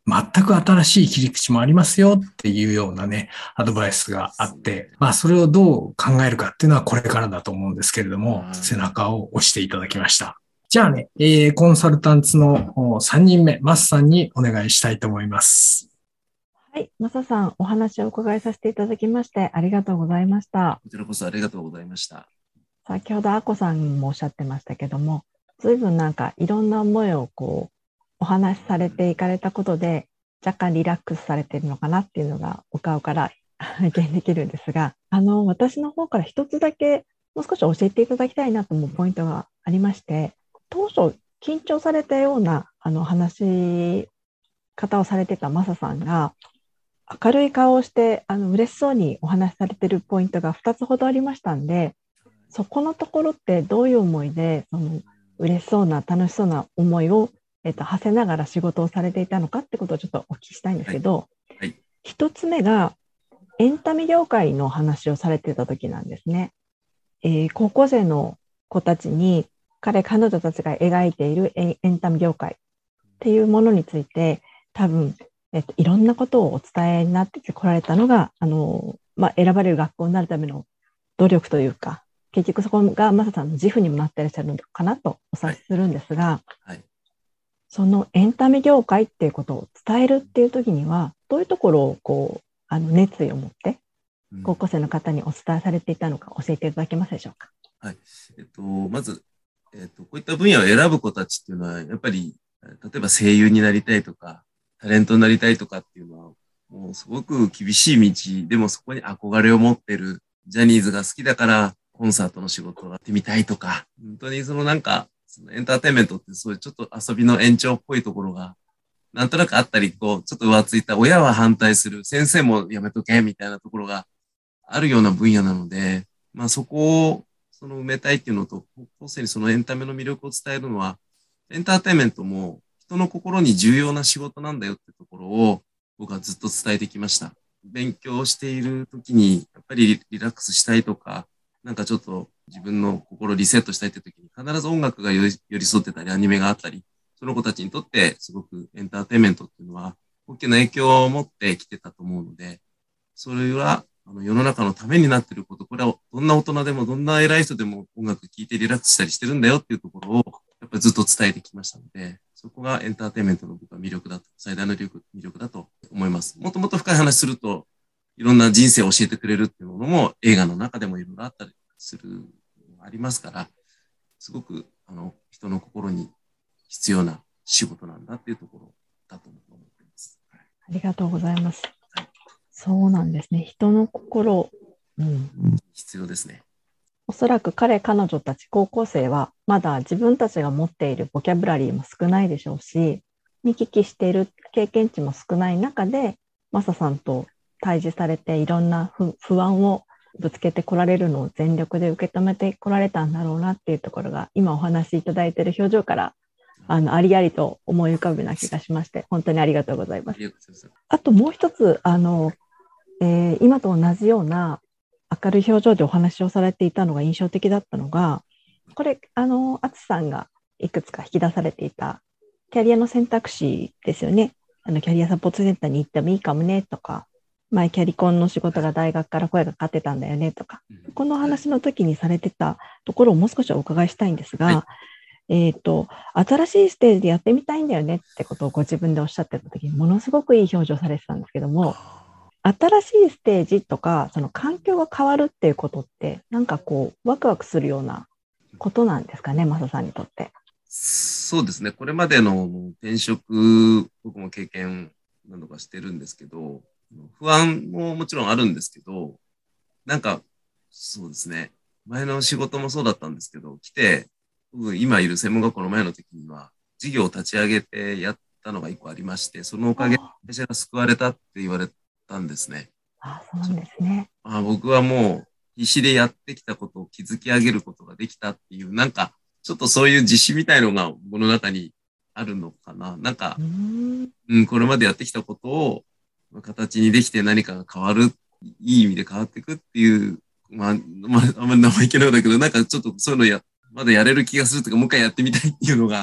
全く新しい切り口もありますよっていうようなね、アドバイスがあって、それをどう考えるかっていうのはこれからだと思うんですけれども、背中を押していただきました。じゃあね、コンサルタンツの3人目、マスさんにお願いしたいと思います。 はい、マサさん、お話をお伺いさせていただきましてありがとうございました。 こちらこそありがとうございました。 先ほどアコさんもおっしゃってましたけども、随分いろんな思いをお話しされていかれたことで、若干リラックスされているのかなっていうのがお顔から拝見できるんですが、私の方から一つだけもう少し教えていただきたいなと思うポイントがありまして、当初緊張されたような話し方をされてたマサさんが、明るい顔をして嬉しそうにお話しされているポイントが2つほどありましたんで、そこのところってどういう思いで嬉しそうな楽しそうな思いを馳せながら仕事をされていたのかってことをちょっとお聞きしたいんですけど、一つ目がエンタメ業界の話をされていた時なんですね。高校生の子たちに彼女たちが描いているエンタメ業界っていうものについて多分、いろんなことをお伝えになってこられたのが選ばれる学校になるための努力というか、結局そこがマサさんの自負にもなっていらっしゃるのかなとお察しするんですが、そのエンタメ業界っていうことを伝えるっていう時にはどういうところを熱意を持って高校生の方にお伝えされていたのか教えていただけますでしょうか。 はい。まず、こういった分野を選ぶ子たちっていうのはやっぱり例えば声優になりたいとかタレントになりたいとかっていうのはもうすごく厳しい道でもそこに憧れを持ってる、ジャニーズが好きだからコンサートの仕事をやってみたいとか、本当にそのエンターテインメントってそういうちょっと遊びの延長っぽいところがなんとなくあったり、ちょっと浮ついた、親は反対する、先生もやめとけみたいなところがあるような分野なので、そこを埋めたいっていうのと、高校生にそのエンタメの魅力を伝えるのは、エンターテインメントも人の心に重要な仕事なんだよってところを僕はずっと伝えてきました。勉強している時にやっぱりリラックスしたいとか、ちょっと自分の心をリセットしたいって時に必ず音楽が寄り添ってたりアニメがあったり、その子たちにとってすごくエンターテインメントっていうのは大きな影響を持ってきてたと思うので、それは世の中のためになっていること、これはどんな大人でもどんな偉い人でも音楽聴いてリラックスしたりしてるんだよっていうところをやっぱりずっと伝えてきましたので、そこがエンターテインメントの僕は魅力だと、最大の魅力だと思います。もっともっと深い話すると、いろんな人生を教えてくれるっていうものも映画の中でもいろいろあったりする、ありますから、すごく人の心に必要な仕事なんだっていうところだと思っています。 ありがとうございます。はい、そうなんですね。人の心、 必要ですね。 おそらく彼女たち高校生はまだ自分たちが持っているボキャブラリーも少ないでしょうし、見聞きしている経験値も少ない中でマサさんと対峙されていろんな不安をぶつけてこられるのを全力で受け止めてこられたんだろうなっていうところが今お話しいただいている表情からありありと思い浮かぶような気がしまして、本当にありがとうございます。あともう一つ今と同じような明るい表情でお話をされていたのが印象的だったのが、これ淳さんがいくつか引き出されていたキャリアの選択肢ですよね。キャリアサポートセンターに行ってもいいかもねとか、前キャリコンの仕事が大学から声がかかってたんだよねとか、この話の時にされてたところをもう少しお伺いしたいんですが、新しいステージでやってみたいんだよねってことをご自分でおっしゃってた時にものすごくいい表情されてたんですけども、新しいステージとかその環境が変わるっていうことってワクワクするようなことなんですかね、マサさんにとって。 そうですね。これまでの転職、僕も経験何度かしてるんですけど、不安ももちろんあるんですけど、そうですね。前の仕事もそうだったんですけど、来て、僕今いる専門学校の前の時には、事業を立ち上げてやったのが一個ありまして、そのおかげで会社が救われたって言われたんですね。 そうなんですね。 僕はもう必死でやってきたことを築き上げることができたっていう、ちょっとそういう自信みたいのが僕の中にあるのかな。これまでやってきたことを形にできて何かが変わる、いい意味で変わっていくっていう、あんまり生意気なことだけど、ちょっとそういうのまだやれる気がするとか、もう一回やってみたいっていうのが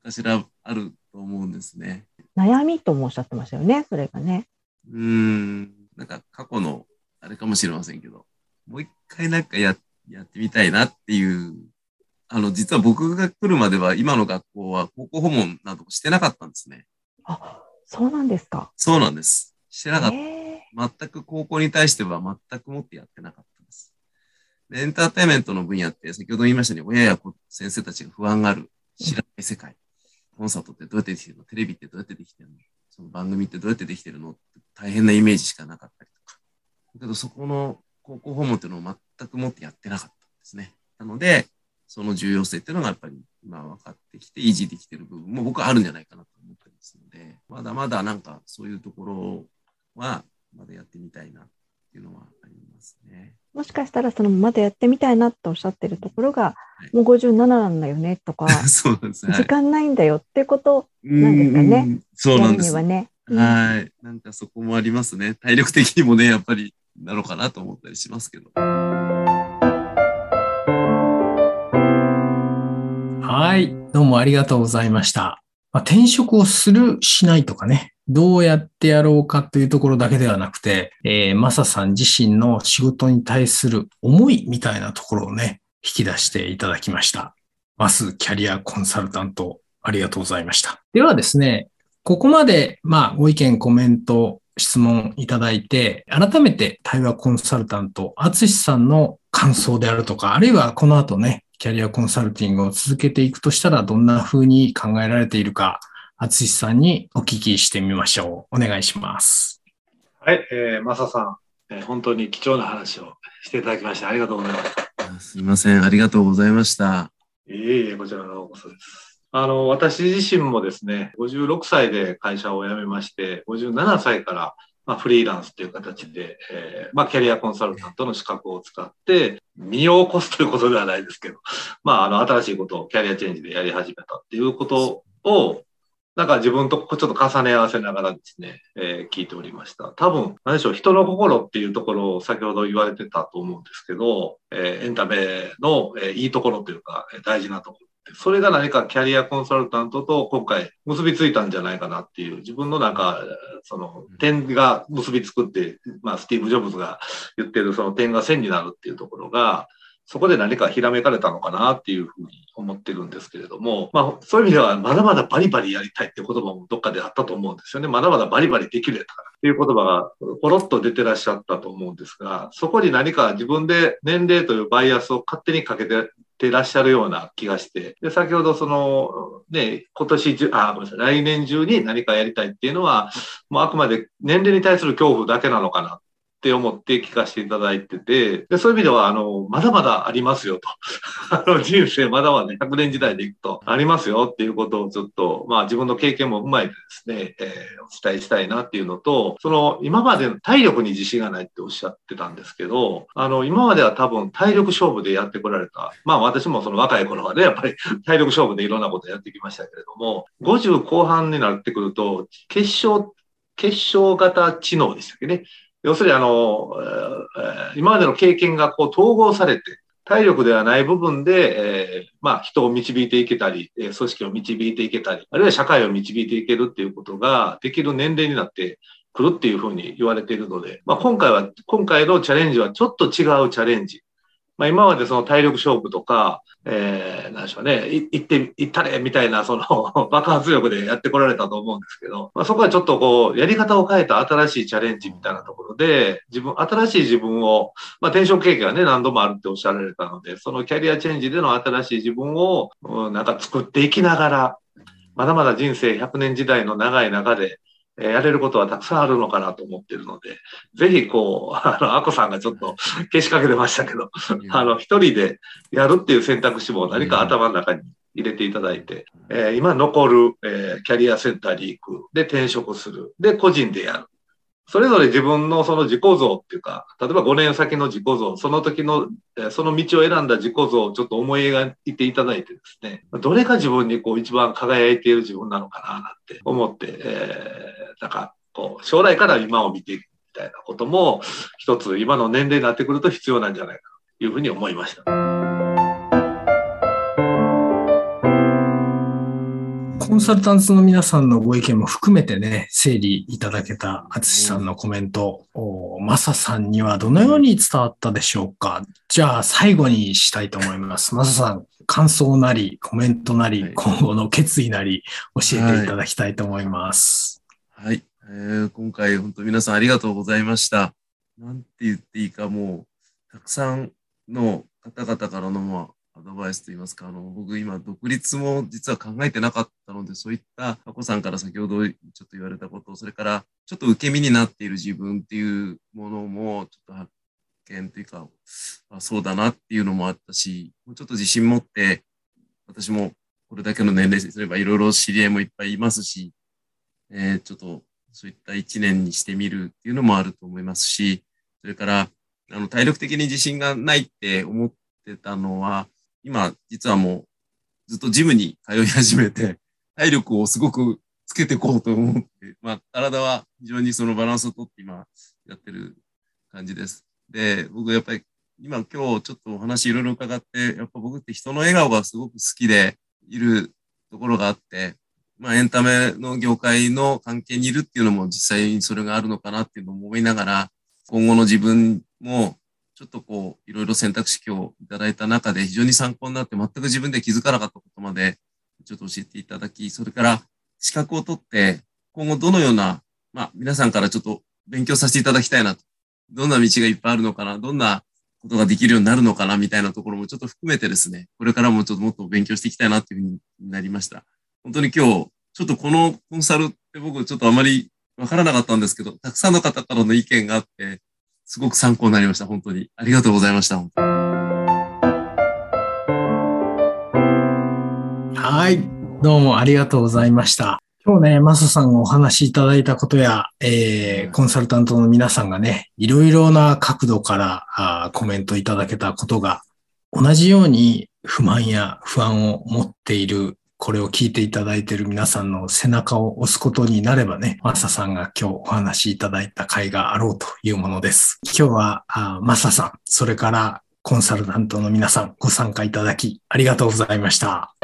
かしらあると思うんですね。 悩みともおっしゃってましたよね、それがね。 なんか過去のあれかもしれませんけど、もう一回なんかやってみたいなっていう、実は僕が来るまでは今の学校は高校訪問などしてなかったんですね。 あ、そうなんですか。 そうなんです。してなかった。全く高校に対しては全くもってやってなかったんです。で、エンターテインメントの分野って先ほど言いましたように、親や先生たちが不安がある、知らない世界。コンサートってどうやってできてるの？テレビってどうやってできてるの？その番組ってどうやってできてるの？って大変なイメージしかなかったりとか。だけどそこの高校訪問っていうのを全くもってやってなかったんですね。なので、その重要性っていうのがやっぱり今分かってきて維持できてる部分も僕はあるんじゃないかなと思ってますので、まだまだなんかそういうところはまだやってみたいなっていうのはありますね。 もしかしたらまだやってみたいなとおっしゃってるところが、もう57なんだよねとか、 そうですね、 時間ないんだよってことなんですかね。 そうなんです。 やるにはね。 はい。なんかそこもありますね。体力的にもね、やっぱりなのかなと思ったりしますけど。 はい。どうもありがとうございました。転職をする、しないとかね、どうやってやろうかというところだけではなくて、マサさん自身の仕事に対する思いみたいなところをね、引き出していただきました。マスキャリアコンサルタント、ありがとうございました。ではですね、ここまで、ご意見、コメント、質問いただいて、改めて対話コンサルタント、淳さんの感想であるとか、あるいはこの後ね、キャリアコンサルティングを続けていくとしたら、どんな風に考えられているか、淳さんにお聞きしてみましょう。お願いします。 はい、マサさん、本当に貴重な話をしていただきましてありがとうございました。 すいません、ありがとうございました。 いえいえ、こちらこそです。私自身もですね、56歳で会社を辞めまして、57歳からフリーランスという形で、キャリアコンサルタントの資格を使って、身を起こすということではないですけど、新しいことをキャリアチェンジでやり始めたっていうことを、なんか自分とちょっと重ね合わせながらですね、聞いておりました。多分、何でしょう、人の心っていうところを先ほど言われてたと思うんですけど、エンタメの、いいところというか、大事なところ。それが何かキャリアコンサルタントと今回結びついたんじゃないかなっていう、自分のなんか、その点が結びつくって、スティーブ・ジョブズが言ってるその点が線になるっていうところが、そこで何かひらめかれたのかなっていうふうに思ってるんですけれども、そういう意味ではまだまだバリバリやりたいっていう言葉もどっかであったと思うんですよね。まだまだバリバリできるやったからっていう言葉がポロッと出てらっしゃったと思うんですが、そこに何か自分で年齢というバイアスを勝手にかけてらっしゃるような気がして、で、先ほどその、ね、ごめんなさい、来年中に何かやりたいっていうのは、もうあくまで年齢に対する恐怖だけなのかなって思って聞かせていただいてて、でそういう意味では、まだまだありますよと。人生まだまだ100年時代でいくとありますよっていうことをちょっと、自分の経験も踏まえてですね、お伝えしたいなっていうのと、その、今までの体力に自信がないっておっしゃってたんですけど、今までは多分体力勝負でやってこられた。私もその若い頃はね、やっぱり体力勝負でいろんなことやってきましたけれども、50後半になってくると、結晶型知能でしたっけね。要するに今までの経験がこう統合されて、体力ではない部分で、人を導いていけたり、組織を導いていけたり、あるいは社会を導いていけるっていうことができる年齢になってくるっていうふうに言われているので、今回のチャレンジはちょっと違うチャレンジ。今までその体力勝負とか、なんでしょうね、行ったれみたいな、その爆発力でやってこられたと思うんですけど、そこはちょっとこう、やり方を変えた新しいチャレンジみたいなところで、新しい自分を、転職経験がね、何度もあるっておっしゃられたので、そのキャリアチェンジでの新しい自分を、なんか作っていきながら、まだまだ人生100年時代の長い中で、やれることはたくさんあるのかなと思っているので、ぜひこう、アコさんがちょっとけしかけてましたけど、一人でやるっていう選択肢も何か頭の中に入れていただいて、今残る、キャリアセンターに行く、で転職する、で個人でやる。それぞれ自分のその自己像っていうか、例えば5年先の自己像、その時の、その道を選んだ自己像をちょっと思い描いていただいてですね、どれが自分にこう一番輝いている自分なのかななんて思って、なんかこう将来から今を見ていくみたいなことも一つ今の年齢になってくると必要なんじゃないかというふうに思いました。 ンサルタントの皆さんのご意見も含めてね、整理いただけたあつしさんのコメント、マサさんにはどのように伝わったでしょうか。じゃあ最後にしたいと思います。マサさん、感想なり、コメントなり、今後の決意なり、教えていただきたいと思います。 はい。今回本当皆さんありがとうございました。なんて言っていいか、もう、たくさんの方々からの、アドバイスといいますか、僕今独立も実は考えてなかったので、そういったあこさんから先ほどちょっと言われたこと、それからちょっと受け身になっている自分っていうものもちょっと発見というか、そうだなっていうのもあったし、もうちょっと自信持って、私もこれだけの年齢すればいろいろ知り合いもいっぱいいますし、ちょっとそういった一年にしてみるっていうのもあると思いますし、それから体力的に自信がないって思ってたのは、今、実はもうずっとジムに通い始めて、体力をすごくつけていこうと思って、体は非常にそのバランスをとって今やってる感じです。で、僕やっぱり今日ちょっとお話いろいろ伺って、やっぱ僕って人の笑顔がすごく好きでいるところがあって、エンタメの業界の関係にいるっていうのも実際にそれがあるのかなっていうのを思いながら、今後の自分もちょっといろいろ選択肢をいただいた中で非常に参考になって全く自分で気づかなかったことまでちょっと教えていただき、それから資格を取って今後どのような、皆さんからちょっと勉強させていただきたいなと。どんな道がいっぱいあるのかな、どんなことができるようになるのかなみたいなところもちょっと含めてですね、これからもちょっともっと勉強していきたいなというふうになりました。本当に今日、ちょっとこのコンサルって僕ちょっとあまりわからなかったんですけど、たくさんの方からの意見があって、すごく参考になりました。本当に。ありがとうございました。 はい。どうもありがとうございました。今日ね、マサさんがお話しいただいたことや、コンサルタントの皆さんがね、いろいろな角度からコメントいただけたことが、同じように不満や不安を持っている、これを聞いていただいている皆さんの背中を押すことになればね、マサさんが今日お話しいただいた回があろうというものです。今日はマサさん、それからコンサルタントの皆さんご参加いただきありがとうございました。